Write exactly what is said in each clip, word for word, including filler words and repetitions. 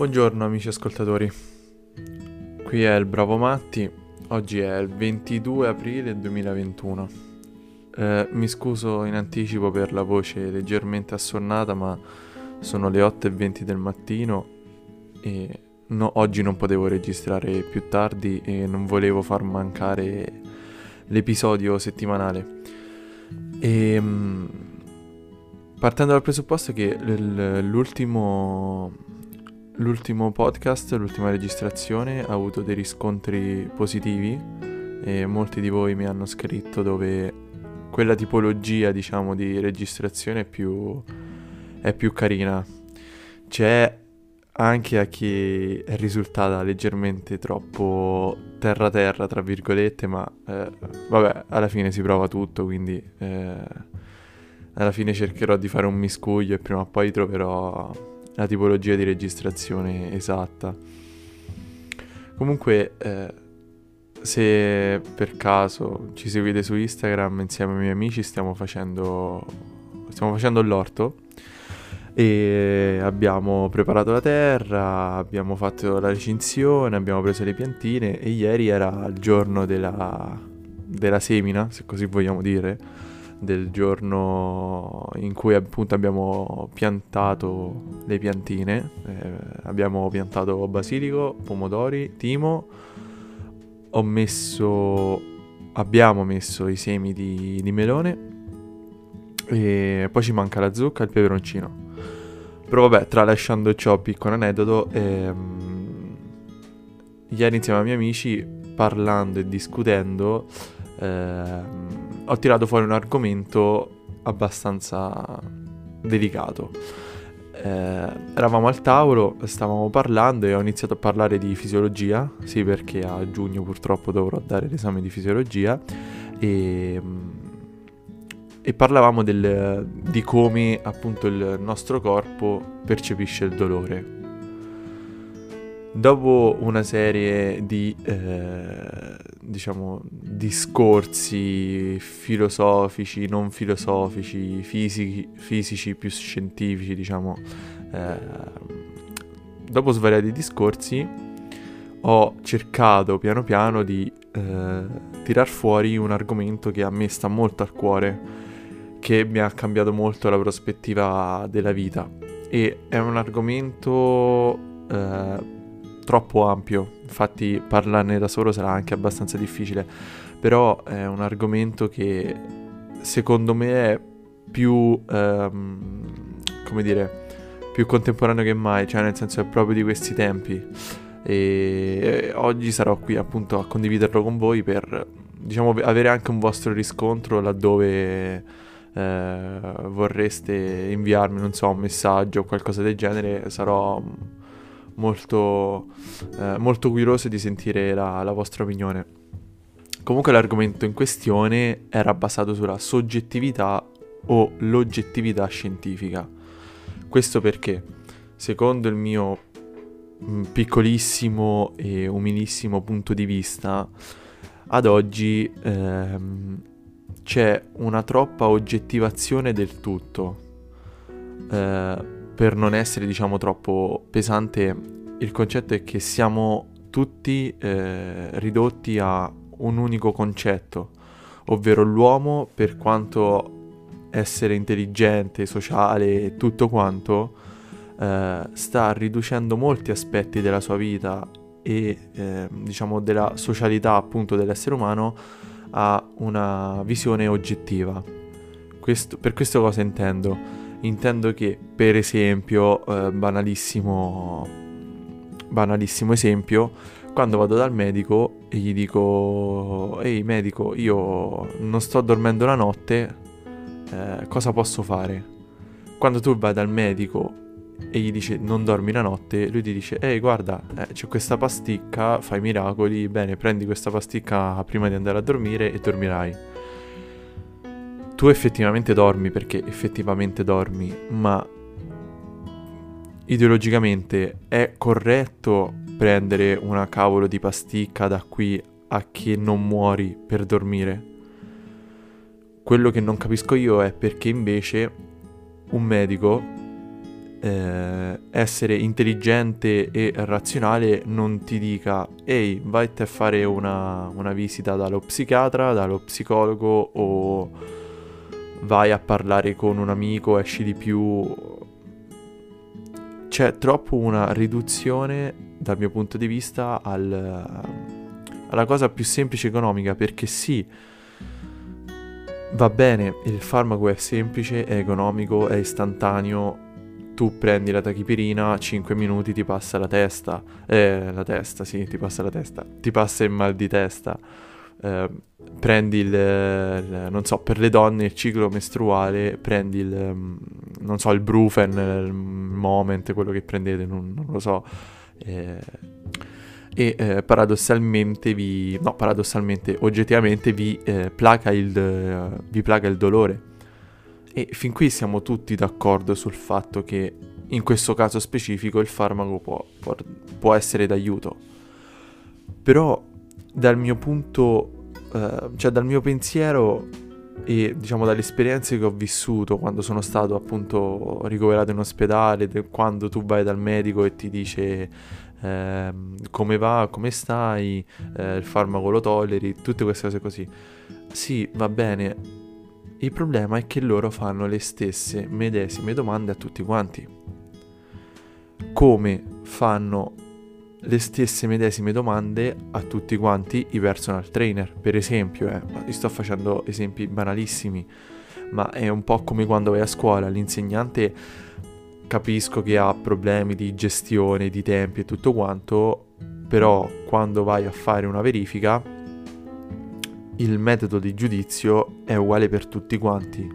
Buongiorno amici ascoltatori, qui è il Bravo Matti, oggi è il ventidue aprile duemilaventuno. Eh, mi scuso in anticipo per la voce leggermente assonnata, ma sono le otto e venti del mattino e no- oggi non potevo registrare più tardi e non volevo far mancare l'episodio settimanale. E, mm, partendo dal presupposto che l- l'ultimo... L'ultimo podcast, l'ultima registrazione ha avuto dei riscontri positivi e molti di voi mi hanno scritto dove quella tipologia, diciamo, di registrazione è più, è più carina. C'è anche a chi è risultata leggermente troppo terra-terra, tra virgolette, ma eh, vabbè, alla fine si prova tutto, quindi eh, alla fine cercherò di fare un miscuglio e prima o poi troverò la tipologia di registrazione esatta. Comunque, eh, se per caso ci seguite su Instagram insieme ai miei amici, stiamo facendo, stiamo facendo l'orto e abbiamo preparato la terra, abbiamo fatto la recinzione, abbiamo preso le piantine e ieri era il giorno della, della semina, se così vogliamo dire, del giorno in cui appunto abbiamo piantato le piantine. Eh, abbiamo piantato basilico, pomodori, timo, ho messo, abbiamo messo i semi di, di melone e poi ci manca la zucca e il peperoncino. Però vabbè, tralasciando ciò, piccolo aneddoto, ehm, ieri insieme ai miei amici, parlando e discutendo, ehm, ho tirato fuori un argomento abbastanza delicato. Eh, eravamo al tavolo, stavamo parlando e ho iniziato a parlare di fisiologia, sì, perché a giugno purtroppo dovrò dare l'esame di fisiologia e, e parlavamo del, di come appunto il nostro corpo percepisce il dolore. Dopo una serie di, eh, diciamo, discorsi filosofici, non filosofici, fisici, fisici più scientifici, diciamo, eh, dopo svariati discorsi, ho cercato piano piano di eh, tirar fuori un argomento che a me sta molto al cuore, che mi ha cambiato molto la prospettiva della vita. E è un argomento eh, troppo ampio, infatti parlarne da solo sarà anche abbastanza difficile, però è un argomento che secondo me è più, ehm, come dire, più contemporaneo che mai, cioè nel senso è proprio di questi tempi e oggi sarò qui appunto a condividerlo con voi per, diciamo, avere anche un vostro riscontro laddove eh, vorreste inviarmi, non so, un messaggio o qualcosa del genere. Sarò molto, eh, molto curioso di sentire la, la vostra opinione. Comunque l'argomento in questione era basato sulla soggettività o l'oggettività scientifica. Questo perché, secondo il mio mh, piccolissimo e umilissimo punto di vista, ad oggi ehm, c'è una troppa oggettivazione del tutto. Eh, per non essere, diciamo, troppo pesante, il concetto è che siamo tutti eh, ridotti a un unico concetto, ovvero l'uomo, per quanto essere intelligente, sociale e tutto quanto, eh, sta riducendo molti aspetti della sua vita e eh, diciamo della socialità appunto dell'essere umano a una visione oggettiva. Questo, per questo cosa intendo? Intendo che, per esempio, eh, banalissimo, banalissimo esempio, quando vado dal medico e gli dico: ehi medico, io non sto dormendo la notte, eh, cosa posso fare? Quando tu vai dal medico e gli dici non dormi la notte, lui ti dice: ehi guarda, eh, c'è questa pasticca, fai miracoli, bene, prendi questa pasticca prima di andare a dormire e dormirai. Tu effettivamente dormi perché effettivamente dormi, ma ideologicamente è corretto prendere una cavolo di pasticca da qui a che non muori per dormire? Quello che non capisco io è perché invece un medico eh, essere intelligente e razionale non ti dica ehi, vai a fare una, una visita dallo psichiatra, dallo psicologo, o vai a parlare con un amico, esci di più. C'è troppo una riduzione, dal mio punto di vista, al, alla cosa più semplice economica, perché sì, va bene, il farmaco è semplice, è economico, è istantaneo, tu prendi la tachipirina, cinque minuti ti passa la testa, eh, la testa, sì, ti passa la testa, ti passa il mal di testa, eh, prendi il, il, non so, per le donne il ciclo mestruale, prendi il, non so, il Brufen, il Moment, quello che prendete, non, non lo so, eh, e eh, paradossalmente vi, no, paradossalmente, oggettivamente vi eh, placa il, eh, vi placa il dolore. E fin qui siamo tutti d'accordo sul fatto che in questo caso specifico il farmaco può, può, può essere d'aiuto. Però dal mio punto, eh, cioè dal mio pensiero e diciamo dalle esperienze che ho vissuto quando sono stato appunto ricoverato in ospedale, de- quando tu vai dal medico e ti dice eh, come va, come stai, eh, il farmaco lo tolleri, tutte queste cose così. Sì, va bene. Il problema è che loro fanno le stesse medesime domande a tutti quanti. Come fanno le stesse medesime domande a tutti quanti i personal trainer, per esempio. Eh. Io sto facendo esempi banalissimi, ma è un po' come quando vai a scuola. L'insegnante, capisco che ha problemi di gestione, di tempi e tutto quanto, però quando vai a fare una verifica il metodo di giudizio è uguale per tutti quanti.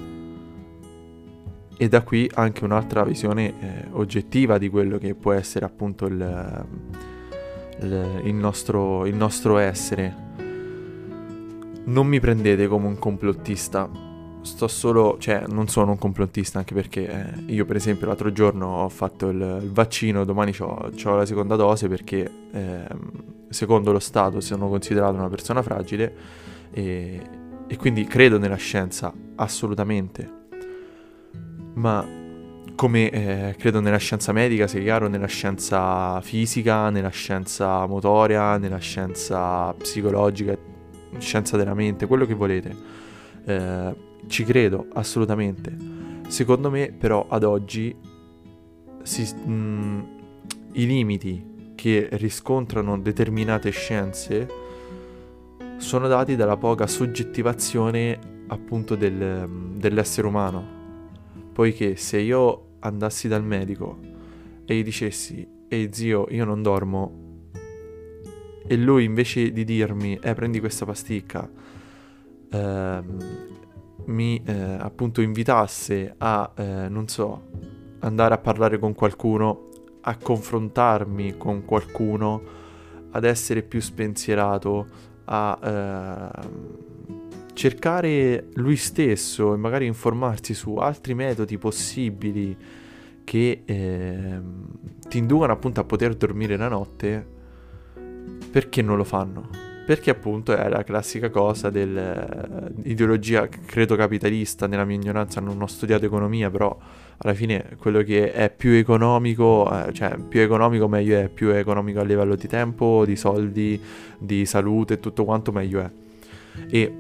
E da qui anche un'altra visione eh, oggettiva di quello che può essere appunto il, il, il, nostro, il nostro essere. Non mi prendete come un complottista, sto solo, cioè non sono un complottista, anche perché eh, io per esempio l'altro giorno ho fatto il, il vaccino, domani c'ho, c'ho la seconda dose perché eh, secondo lo Stato sono considerato una persona fragile e, e quindi credo nella scienza, assolutamente. Ma come eh, credo nella scienza medica, sia chiaro, nella scienza fisica, nella scienza motoria, nella scienza psicologica, scienza della mente, quello che volete. Eh, ci credo, assolutamente. Secondo me, però, ad oggi si, mh, i limiti che riscontrano determinate scienze sono dati dalla poca soggettivazione appunto del, dell'essere umano. Poiché se io andassi dal medico e gli dicessi ehi zio, io non dormo, e lui invece di dirmi eh prendi questa pasticca ehm, mi eh, appunto invitasse a eh, non so, andare a parlare con qualcuno, a confrontarmi con qualcuno, ad essere più spensierato, a eh, cercare lui stesso e magari informarsi su altri metodi possibili che eh, ti inducano appunto a poter dormire la notte, perché non lo fanno? Perché appunto è la classica cosa dell'ideologia, credo capitalista. Nella mia ignoranza non ho studiato economia, però alla fine quello che è più economico, eh, cioè più economico meglio è, più economico a livello di tempo, di soldi, di salute e tutto quanto meglio è. E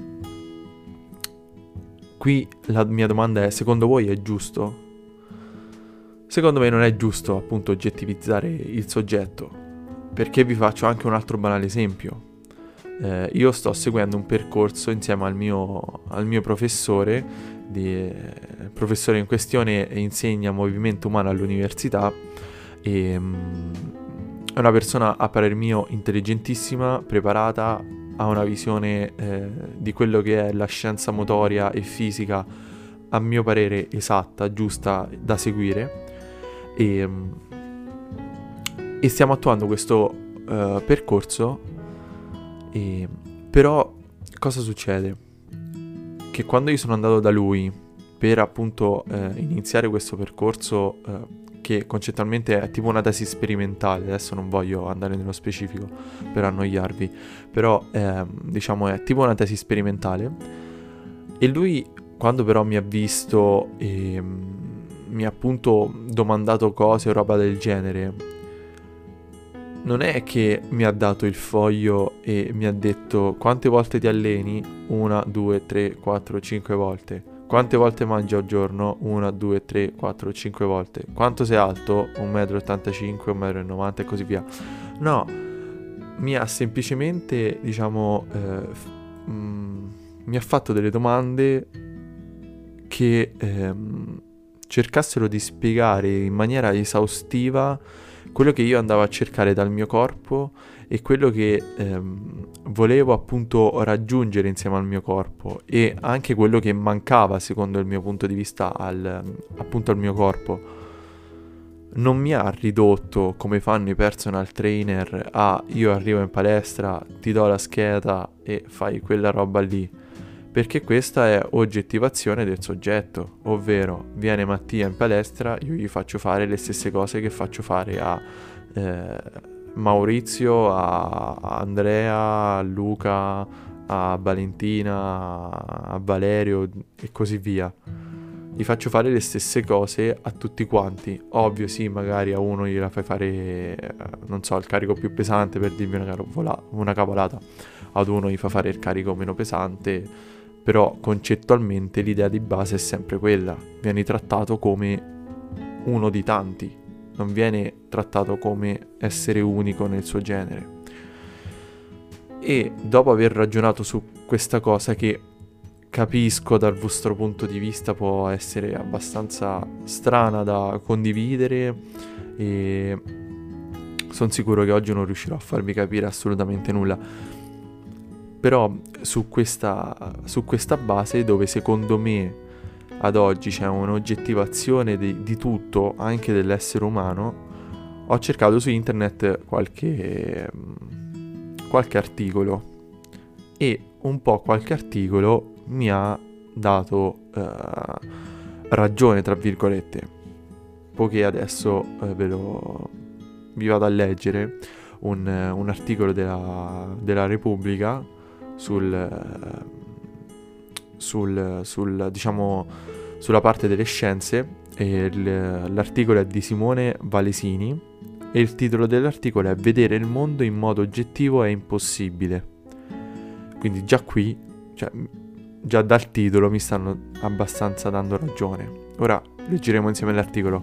qui la mia domanda è, secondo voi è giusto? Secondo me non è giusto appunto oggettivizzare il soggetto, perché vi faccio anche un altro banale esempio. Eh, io sto seguendo un percorso insieme al mio, al mio professore, di, eh, il professore in questione insegna movimento umano all'università e um, è una persona a parer mio intelligentissima, preparata, ha una visione eh, di quello che è la scienza motoria e fisica, a mio parere esatta, giusta da seguire, e, um, e stiamo attuando questo uh, percorso. E, però cosa succede? Che quando io sono andato da lui per appunto eh, iniziare questo percorso eh, che concettualmente è tipo una tesi sperimentale, adesso non voglio andare nello specifico per annoiarvi, però eh, diciamo è tipo una tesi sperimentale, e lui quando però mi ha visto e mi ha appunto domandato cose o roba del genere, non è che mi ha dato il foglio e mi ha detto quante volte ti alleni? Una, due, tre, quattro, cinque volte. Quante volte mangi al giorno? Una, due, tre, quattro, cinque volte. Quanto sei alto? un metro e ottantacinque, un metro e novanta e così via. No, mi ha semplicemente, diciamo, eh, f- mm, mi ha fatto delle domande che ehm, cercassero di spiegare in maniera esaustiva quello che io andavo a cercare dal mio corpo e quello che ehm, volevo appunto raggiungere insieme al mio corpo, e anche quello che mancava secondo il mio punto di vista al, appunto al mio corpo. Non mi ha ridotto, come fanno i personal trainer, a io arrivo in palestra, ti do la scheda e fai quella roba lì, perché questa è oggettivazione del soggetto, ovvero viene Mattia in palestra, io gli faccio fare le stesse cose che faccio fare a eh, Maurizio, a Andrea, a Luca, a Valentina, a Valerio e così via. Gli faccio fare le stesse cose a tutti quanti. Ovvio, sì, magari a uno gliela fai fare, eh, non so, il carico più pesante, per dirvi una, carovola- una cavolata. Ad uno gli fa fare il carico meno pesante, però concettualmente l'idea di base è sempre quella. Vieni trattato come uno di tanti, non viene trattato come essere unico nel suo genere. E dopo aver ragionato su questa cosa, che capisco dal vostro punto di vista può essere abbastanza strana da condividere, e sono sicuro che oggi non riuscirò a farvi capire assolutamente nulla, però su questa, su questa base, dove secondo me ad oggi c'è un'oggettivazione di, di tutto, anche dell'essere umano, ho cercato su internet qualche, qualche articolo, e un po' qualche articolo mi ha dato uh, ragione, tra virgolette, poiché adesso uh, ve lo vi vado a leggere un, uh, un articolo della, della Repubblica sul, uh, sul, sul diciamo sulla parte delle scienze, e il, l'articolo è di Simone Valesini e il titolo dell'articolo è "Vedere il mondo in modo oggettivo è impossibile". Quindi già qui, cioè, già dal titolo mi stanno abbastanza dando ragione. Ora leggeremo insieme l'articolo.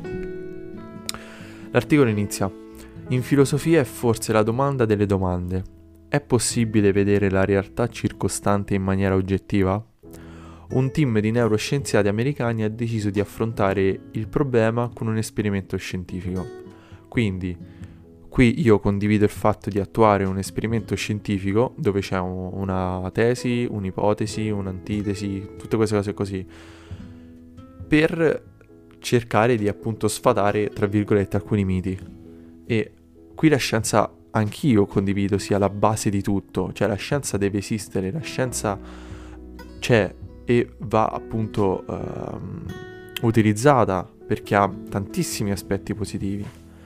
L'articolo inizia: in filosofia è forse la domanda delle domande. È possibile vedere la realtà circostante in maniera oggettiva? Un team di neuroscienziati americani ha deciso di affrontare il problema con un esperimento scientifico. Quindi, qui io condivido il fatto di attuare un esperimento scientifico dove c'è un, una tesi, un'ipotesi, un'antitesi, tutte queste cose così, per cercare di appunto sfatare, tra virgolette, alcuni miti. E qui la scienza, anch'io condivido, sia la base di tutto, cioè la scienza deve esistere, la scienza c'è e va appunto ehm, utilizzata perché ha tantissimi aspetti positivi.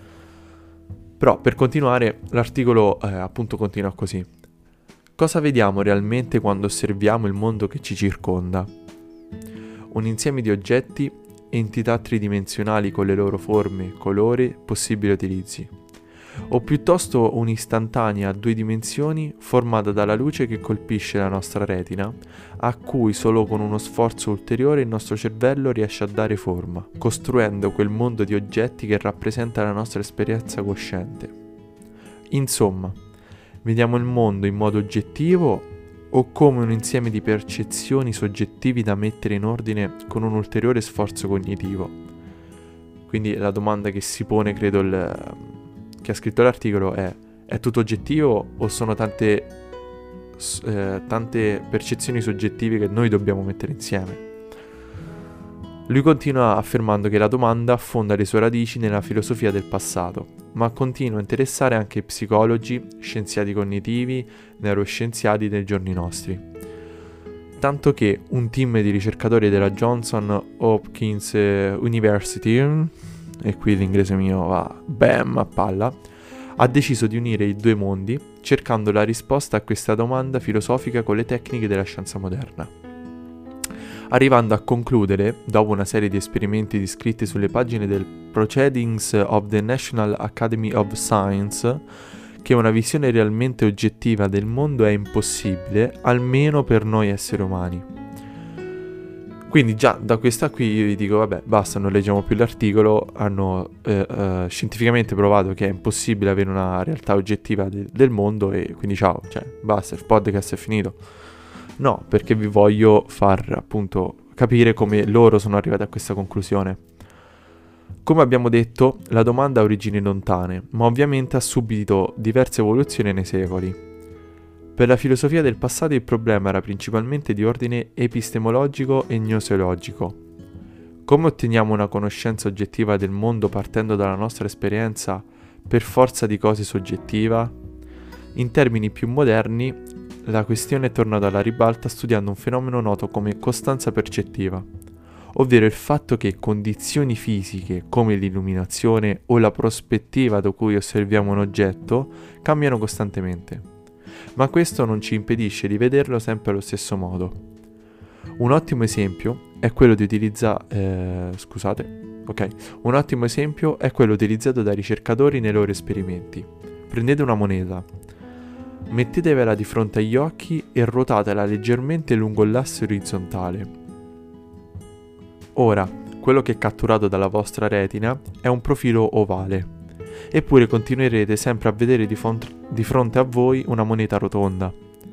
Però per continuare, l'articolo eh, appunto continua così. Cosa vediamo realmente quando osserviamo il mondo che ci circonda? Un insieme di oggetti, entità tridimensionali con le loro forme, colori, possibili utilizzi. O piuttosto un'istantanea a due dimensioni formata dalla luce che colpisce la nostra retina, a cui solo con uno sforzo ulteriore il nostro cervello riesce a dare forma, costruendo quel mondo di oggetti che rappresenta la nostra esperienza cosciente. Insomma, vediamo il mondo in modo oggettivo o come un insieme di percezioni soggettivi da mettere in ordine con un ulteriore sforzo cognitivo? Quindi la domanda che si pone, credo, il, che ha scritto l'articolo è: è tutto oggettivo o sono tante, eh, tante percezioni soggettive che noi dobbiamo mettere insieme? Lui continua affermando che la domanda affonda le sue radici nella filosofia del passato, ma continua a interessare anche psicologi, scienziati cognitivi, neuroscienziati dei giorni nostri. Tanto che un team di ricercatori della Johnson Hopkins University, e qui l'inglese mio va bam a palla, ha deciso di unire i due mondi cercando la risposta a questa domanda filosofica con le tecniche della scienza moderna. arrivando a concludere, dopo una serie di esperimenti descritti sulle pagine del Proceedings of the National Academy of Science, che una visione realmente oggettiva del mondo è impossibile, almeno per noi esseri umani. Quindi già da questa qui io vi dico, vabbè, basta, non leggiamo più l'articolo, hanno eh, eh, scientificamente provato che è impossibile avere una realtà oggettiva de- del mondo e quindi ciao, cioè basta, il podcast è finito. No, perché vi voglio far appunto capire come loro sono arrivati a questa conclusione. Come abbiamo detto, la domanda ha origini lontane, ma ovviamente ha subito diverse evoluzioni nei secoli. Per la filosofia del passato il problema era principalmente di ordine epistemologico e gnoseologico. Come otteniamo una conoscenza oggettiva del mondo partendo dalla nostra esperienza per forza di cose soggettiva? In termini più moderni, la questione è tornata alla ribalta studiando un fenomeno noto come costanza percettiva, ovvero il fatto che condizioni fisiche come l'illuminazione o la prospettiva da cui osserviamo un oggetto cambiano costantemente. Ma questo non ci impedisce di vederlo sempre allo stesso modo. Un ottimo esempio è quello di utilizzare... Eh, scusate, ok. Un ottimo esempio è quello utilizzato dai ricercatori nei loro esperimenti. Prendete una moneta, mettetevela di fronte agli occhi e ruotatela leggermente lungo l'asse orizzontale. Ora, quello che è catturato dalla vostra retina è un profilo ovale. Eppure continuerete sempre a vedere di, font- di fronte a voi una moneta rotonda.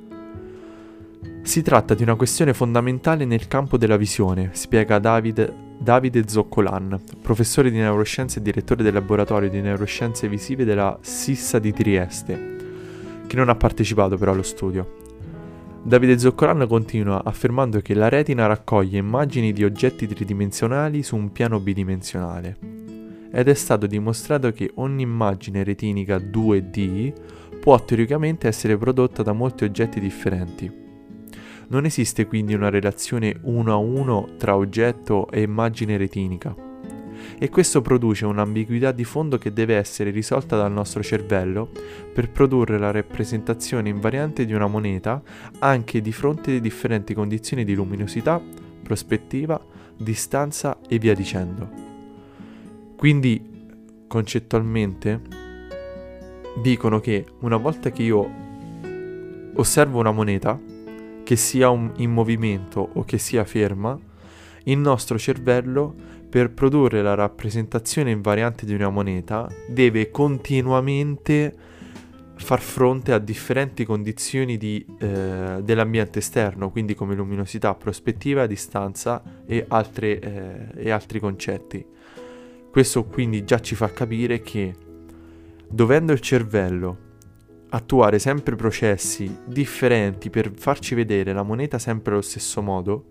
Si tratta di una questione fondamentale nel campo della visione, spiega David, Davide Zoccolan, professore di neuroscienze e direttore del laboratorio di neuroscienze visive della Sissa di Trieste, che non ha partecipato però allo studio. Davide Zoccolan continua affermando che la retina raccoglie immagini di oggetti tridimensionali su un piano bidimensionale. Ed è stato dimostrato che ogni immagine retinica due D può teoricamente essere prodotta da molti oggetti differenti. Non esiste quindi una relazione uno a uno tra oggetto e immagine retinica. E questo produce un'ambiguità di fondo che deve essere risolta dal nostro cervello per produrre la rappresentazione invariante di una moneta anche di fronte a differenti condizioni di luminosità, prospettiva, distanza e via dicendo. Quindi, concettualmente, dicono che una volta che io osservo una moneta, che sia un, in movimento o che sia ferma, il nostro cervello, per produrre la rappresentazione invariante di una moneta, deve continuamente far fronte a differenti condizioni di, eh, dell'ambiente esterno, quindi come luminosità, prospettiva, distanza e, altre, eh, e altri concetti. Questo quindi già ci fa capire che, dovendo il cervello attuare sempre processi differenti per farci vedere la moneta sempre allo stesso modo,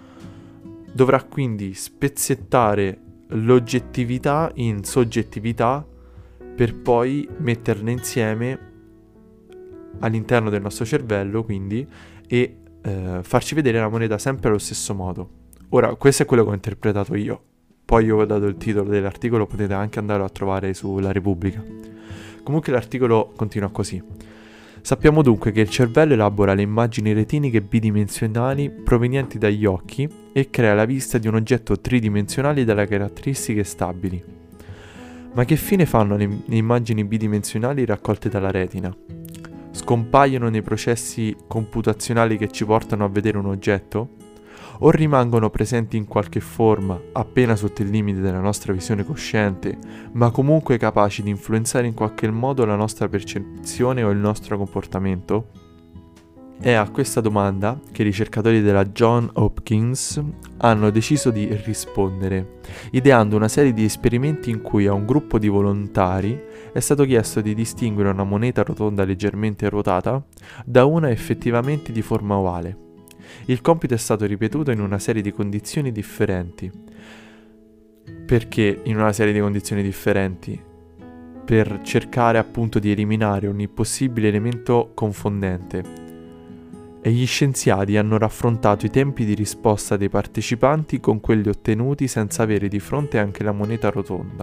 dovrà quindi spezzettare l'oggettività in soggettività per poi metterne insieme all'interno del nostro cervello, quindi, e eh, farci vedere la moneta sempre allo stesso modo. Ora, questo è quello che ho interpretato io. Poi io ho dato il titolo dell'articolo, potete anche andarlo a trovare sulla Repubblica. Comunque l'articolo continua così. Sappiamo dunque che il cervello elabora le immagini retiniche bidimensionali provenienti dagli occhi e crea la vista di un oggetto tridimensionale dalle caratteristiche stabili. Ma che fine fanno le, le immagini bidimensionali raccolte dalla retina? Scompaiono nei processi computazionali che ci portano a vedere un oggetto? O rimangono presenti in qualche forma, appena sotto il limite della nostra visione cosciente, ma comunque capaci di influenzare in qualche modo la nostra percezione o il nostro comportamento? È a questa domanda che i ricercatori della Johns Hopkins hanno deciso di rispondere, ideando una serie di esperimenti in cui a un gruppo di volontari è stato chiesto di distinguere una moneta rotonda leggermente ruotata da una effettivamente di forma ovale. Il compito è stato ripetuto in una serie di condizioni differenti. Perché in una serie di condizioni differenti? Per cercare appunto di eliminare ogni possibile elemento confondente. E gli scienziati hanno raffrontato i tempi di risposta dei partecipanti con quelli ottenuti senza avere di fronte anche la moneta rotonda.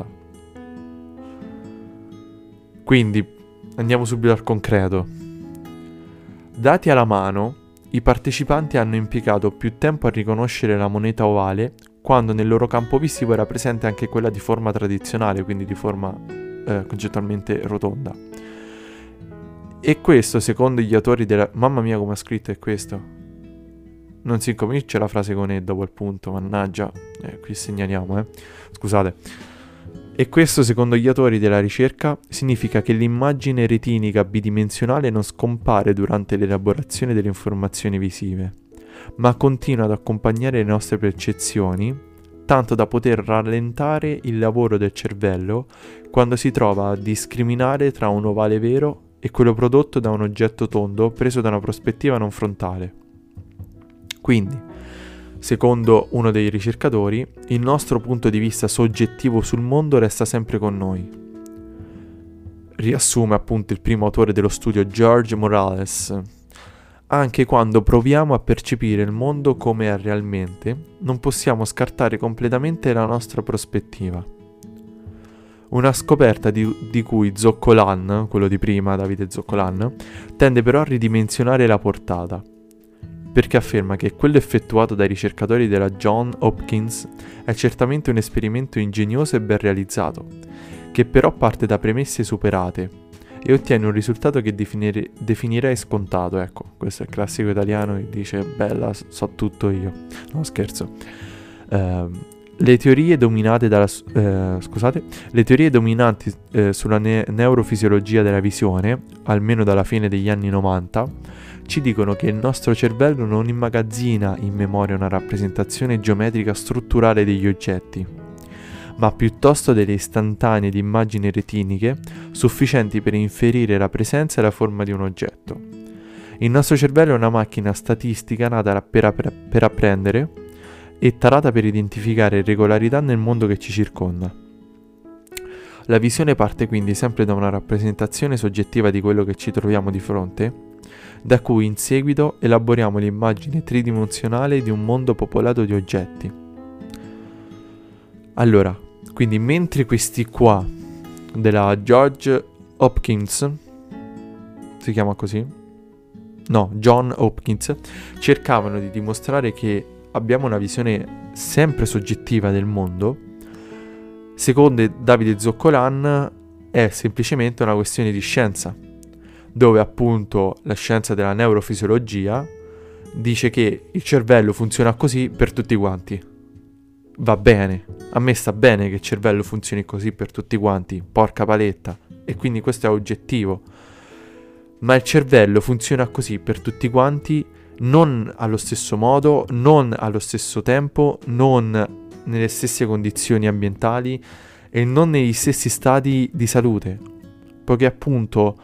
Quindi andiamo subito al concreto. Dati alla mano, i partecipanti hanno impiegato più tempo a riconoscere la moneta ovale, quando nel loro campo visivo era presente anche quella di forma tradizionale, quindi di forma eh, concettualmente rotonda. E questo, secondo gli autori della... Mamma mia, come ha scritto è questo? Non si incomincia la frase con E dopo il punto, mannaggia. Eh, qui segnaliamo, eh. Scusate. E questo, secondo gli autori della ricerca, significa che l'immagine retinica bidimensionale non scompare durante l'elaborazione delle informazioni visive, ma continua ad accompagnare le nostre percezioni, tanto da poter rallentare il lavoro del cervello quando si trova a discriminare tra un ovale vero e quello prodotto da un oggetto tondo preso da una prospettiva non frontale. Quindi, secondo uno dei ricercatori, il nostro punto di vista soggettivo sul mondo resta sempre con noi. Riassume appunto il primo autore dello studio, George Morales. Anche quando proviamo a percepire il mondo come è realmente, non possiamo scartare completamente la nostra prospettiva. Una scoperta di, di cui Zoccolan, quello di prima, Davide Zoccolan, tende però a ridimensionare la portata, perché afferma che quello effettuato dai ricercatori della Johns Hopkins è certamente un esperimento ingegnoso e ben realizzato, che però parte da premesse superate e ottiene un risultato che definire, definirei scontato. Ecco, questo è il classico italiano che dice bella, so tutto io. No, scherzo. Uh, le teorie dominate dalla uh, scusate, le teorie dominanti uh, sulla ne- neurofisiologia della visione, almeno dalla fine degli anni novanta, ci dicono che il nostro cervello non immagazzina in memoria una rappresentazione geometrica strutturale degli oggetti, ma piuttosto delle istantanee di immagini retiniche sufficienti per inferire la presenza e la forma di un oggetto. Il nostro cervello è una macchina statistica nata per, app- per apprendere e tarata per identificare irregolarità nel mondo che ci circonda. La visione parte quindi sempre da una rappresentazione soggettiva di quello che ci troviamo di fronte, da cui in seguito elaboriamo l'immagine tridimensionale di un mondo popolato di oggetti. Allora, quindi mentre questi qua della George Hopkins, si chiama così? No, John Hopkins, cercavano di dimostrare che abbiamo una visione sempre soggettiva del mondo, secondo Davide Zoccolan è semplicemente una questione di scienza, dove appunto la scienza della neurofisiologia dice che il cervello funziona così per tutti quanti. Va bene, a me sta bene che il cervello funzioni così per tutti quanti, porca paletta, e quindi questo è oggettivo. Ma il cervello funziona così per tutti quanti, non allo stesso modo, non allo stesso tempo, non nelle stesse condizioni ambientali e non negli stessi stati di salute, poiché appunto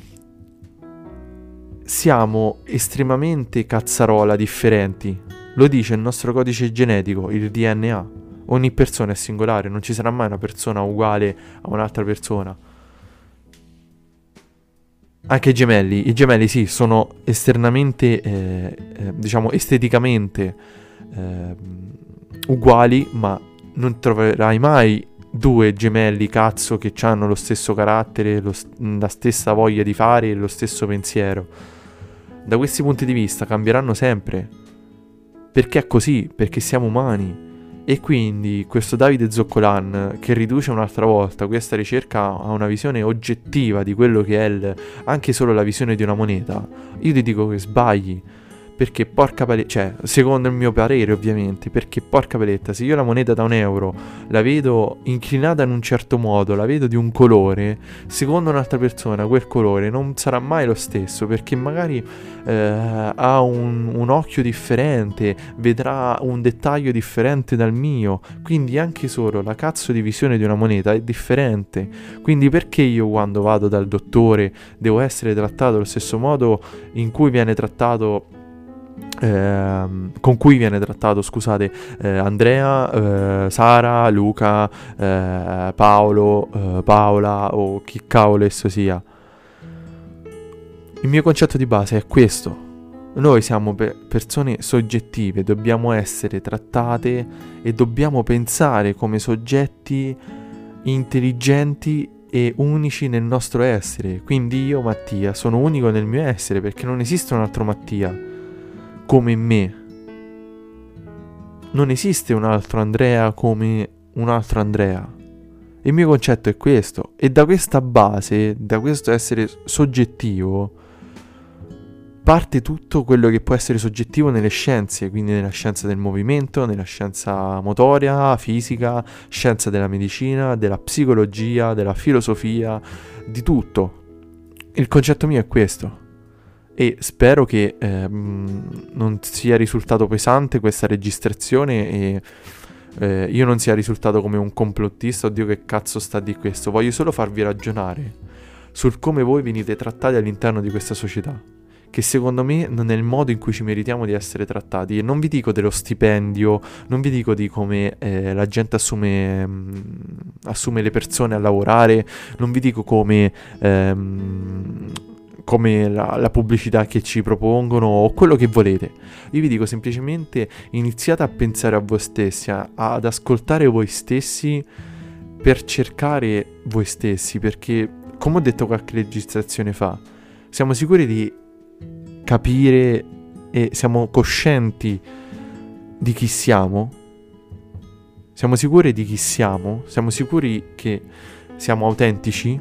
siamo estremamente cazzarola differenti. Lo dice il nostro codice genetico, il D N A. Ogni persona è singolare, non ci sarà mai una persona uguale a un'altra persona. Anche i gemelli, i gemelli sì, sono esternamente, eh, eh, diciamo esteticamente eh, uguali, ma non troverai mai due gemelli cazzo che hanno lo stesso carattere, lo, la stessa voglia di fare e lo stesso pensiero. Da questi punti di vista cambieranno sempre, perché è così, perché siamo umani. E quindi questo Davide Zoccolan, che riduce un'altra volta questa ricerca a una visione oggettiva di quello che è il, anche solo la visione di una moneta, io ti dico che sbagli, perché porca paletta, cioè secondo il mio parere ovviamente, perché porca paletta, se io la moneta da un euro la vedo inclinata in un certo modo, la vedo di un colore, secondo un'altra persona quel colore non sarà mai lo stesso, perché magari eh, ha un, un occhio differente, vedrà un dettaglio differente dal mio, quindi anche solo la cazzo di visione di una moneta è differente. Quindi perché io quando vado dal dottore devo essere trattato allo stesso modo in cui viene trattato Eh, con cui viene trattato, scusate, eh, Andrea, eh, Sara, Luca, eh, Paolo, eh, Paola o chi cavolo esso sia? Il mio concetto di base è questo: noi siamo pe- persone soggettive, dobbiamo essere trattate e dobbiamo pensare come soggetti intelligenti e unici nel nostro essere. Quindi io, Mattia, sono unico nel mio essere, perché non esiste un altro Mattia. come me. Non esiste un altro Andrea come un altro Andrea. Il mio concetto è questo, e da questa base, da questo essere soggettivo, parte tutto quello che può essere soggettivo nelle scienze, quindi nella scienza del movimento, nella scienza motoria, fisica, scienza della medicina, della psicologia, della filosofia, di tutto. Il concetto mio è questo, e spero che ehm, non sia risultato pesante questa registrazione e eh, io non sia risultato come un complottista. Oddio, che cazzo sta di questo. Voglio solo farvi ragionare sul come voi venite trattati all'interno di questa società, che secondo me non è il modo in cui ci meritiamo di essere trattati. E non vi dico dello stipendio, non vi dico di come eh, la gente assume, mh, assume le persone a lavorare, non vi dico come, ehm, come la, la pubblicità che ci propongono o quello che volete. Io vi dico semplicemente: iniziate a pensare a voi stessi, a, ad ascoltare voi stessi per cercare voi stessi, perché, come ho detto qualche registrazione fa, siamo sicuri di capire e siamo coscienti di chi siamo? Siamo sicuri di chi siamo? Siamo sicuri che siamo autentici?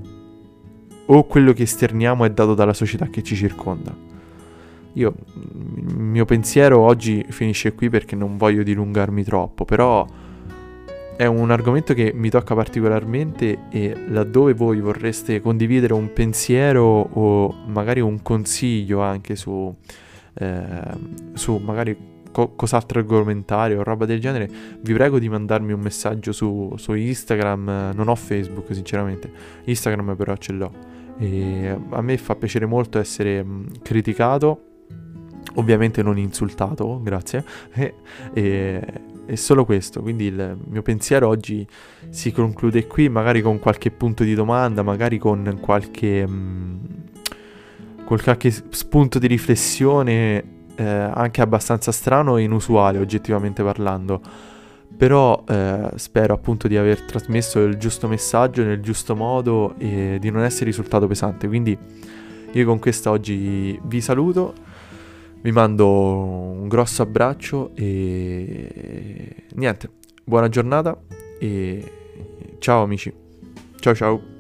O quello che esterniamo è dato dalla società che ci circonda? Io, il mio pensiero oggi finisce qui perché non voglio dilungarmi troppo, però è un argomento che mi tocca particolarmente, e laddove voi vorreste condividere un pensiero o magari un consiglio anche su, eh, su magari co- cos'altro argomentare o roba del genere, vi prego di mandarmi un messaggio su, su Instagram. Non ho Facebook sinceramente, Instagram però ce l'ho, e a me fa piacere molto essere mh, criticato, ovviamente non insultato, grazie, e, e è solo questo. Quindi il mio pensiero oggi si conclude qui, magari con qualche punto di domanda, magari con qualche, mh, con qualche spunto di riflessione, eh, anche abbastanza strano e inusuale oggettivamente parlando. Però eh, spero appunto di aver trasmesso il giusto messaggio nel giusto modo e di non essere risultato pesante. Quindi io con questo oggi vi saluto, vi mando un grosso abbraccio e niente, buona giornata e ciao amici, ciao ciao.